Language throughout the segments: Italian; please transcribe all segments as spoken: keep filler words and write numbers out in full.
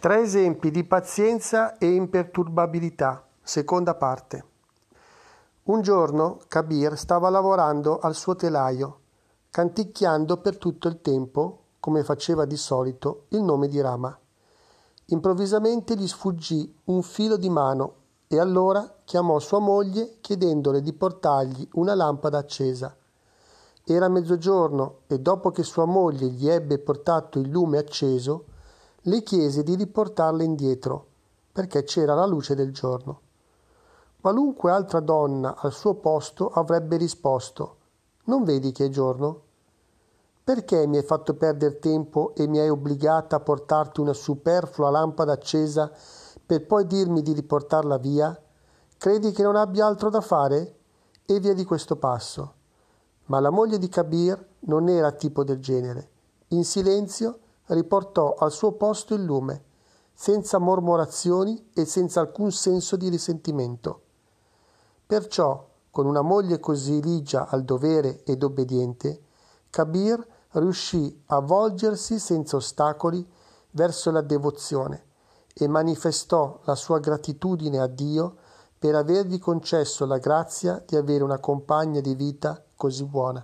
Tre esempi di pazienza e imperturbabilità, seconda parte. Un giorno Kabir stava lavorando al suo telaio, canticchiando per tutto il tempo, come faceva di solito, il nome di Rama. Improvvisamente gli sfuggì un filo di mano e allora chiamò sua moglie chiedendole di portargli una lampada accesa. Era mezzogiorno e dopo che sua moglie gli ebbe portato il lume acceso, le chiese di riportarla indietro, perché c'era la luce del giorno. Qualunque altra donna al suo posto avrebbe risposto: «Non vedi che è giorno? Perché mi hai fatto perdere tempo e mi hai obbligata a portarti una superflua lampada accesa per poi dirmi di riportarla via? Credi che non abbia altro da fare?» E via di questo passo. Ma la moglie di Kabir non era tipo del genere. In silenzio riportò al suo posto il lume, senza mormorazioni e senza alcun senso di risentimento. Perciò, con una moglie così ligia al dovere ed obbediente, Kabir riuscì a volgersi senza ostacoli verso la devozione e manifestò la sua gratitudine a Dio per avergli concesso la grazia di avere una compagna di vita così buona.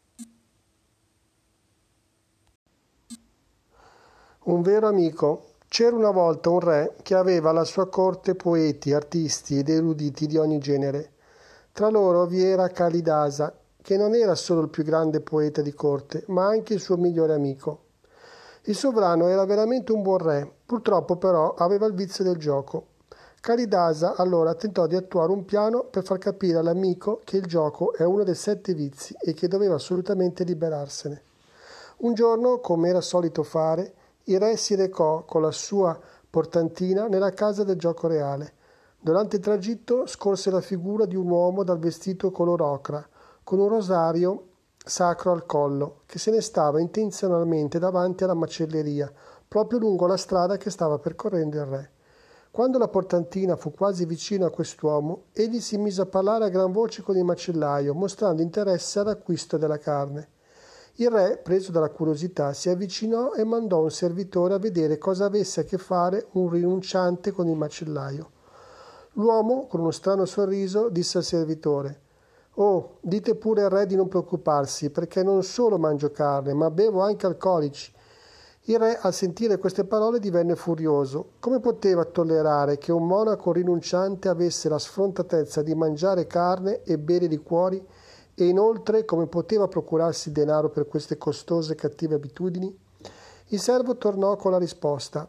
Un vero amico. C'era una volta un re che aveva alla sua corte poeti, artisti ed eruditi di ogni genere. Tra loro vi era Kalidasa, che non era solo il più grande poeta di corte, ma anche il suo migliore amico. Il sovrano era veramente un buon re, purtroppo però aveva il vizio del gioco. Kalidasa allora tentò di attuare un piano per far capire all'amico che il gioco è uno dei sette vizi e che doveva assolutamente liberarsene. Un giorno, come era solito fare, il re si recò con la sua portantina nella casa del gioco reale. Durante il tragitto scorse la figura di un uomo dal vestito color ocra, con un rosario sacro al collo, che se ne stava intenzionalmente davanti alla macelleria, proprio lungo la strada che stava percorrendo il re. Quando la portantina fu quasi vicino a quest'uomo, egli si mise a parlare a gran voce con il macellaio, mostrando interesse all'acquisto della carne. Il re, preso dalla curiosità, si avvicinò e mandò un servitore a vedere cosa avesse a che fare un rinunciante con il macellaio. L'uomo, con uno strano sorriso, disse al servitore: «Oh, dite pure al re di non preoccuparsi, perché non solo mangio carne, ma bevo anche alcolici». Il re, al sentire queste parole, divenne furioso. Come poteva tollerare che un monaco rinunciante avesse la sfrontatezza di mangiare carne e bere liquori? E inoltre, come poteva procurarsi denaro per queste costose e cattive abitudini? Il servo tornò con la risposta: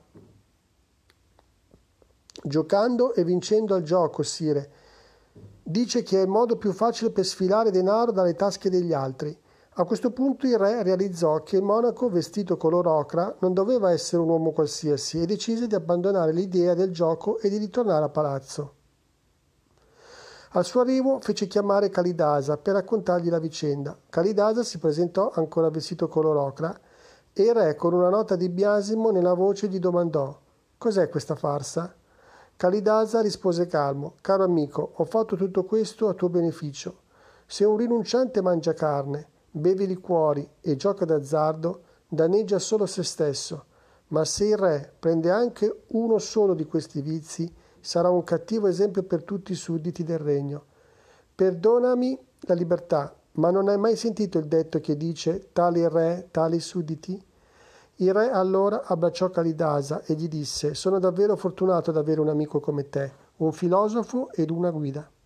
«Giocando e vincendo al gioco, sire. Dice che è il modo più facile per sfilare denaro dalle tasche degli altri». A questo punto il re realizzò che il monaco vestito color ocra non doveva essere un uomo qualsiasi e decise di abbandonare l'idea del gioco e di ritornare a palazzo. Al suo arrivo fece chiamare Kalidasa per raccontargli la vicenda. Kalidasa si presentò ancora vestito color ocra e il re, con una nota di biasimo nella voce, gli domandò: «Cos'è questa farsa?» Kalidasa rispose calmo: «Caro amico, ho fatto tutto questo a tuo beneficio. Se un rinunciante mangia carne, beve liquori e gioca d'azzardo, danneggia solo se stesso, ma se il re prende anche uno solo di questi vizi, sarà un cattivo esempio per tutti i sudditi del regno. Perdonami la libertà, ma non hai mai sentito il detto che dice tali re, tali sudditi?» Il re allora abbracciò Kalidasa e gli disse: «Sono davvero fortunato ad avere un amico come te, un filosofo ed una guida».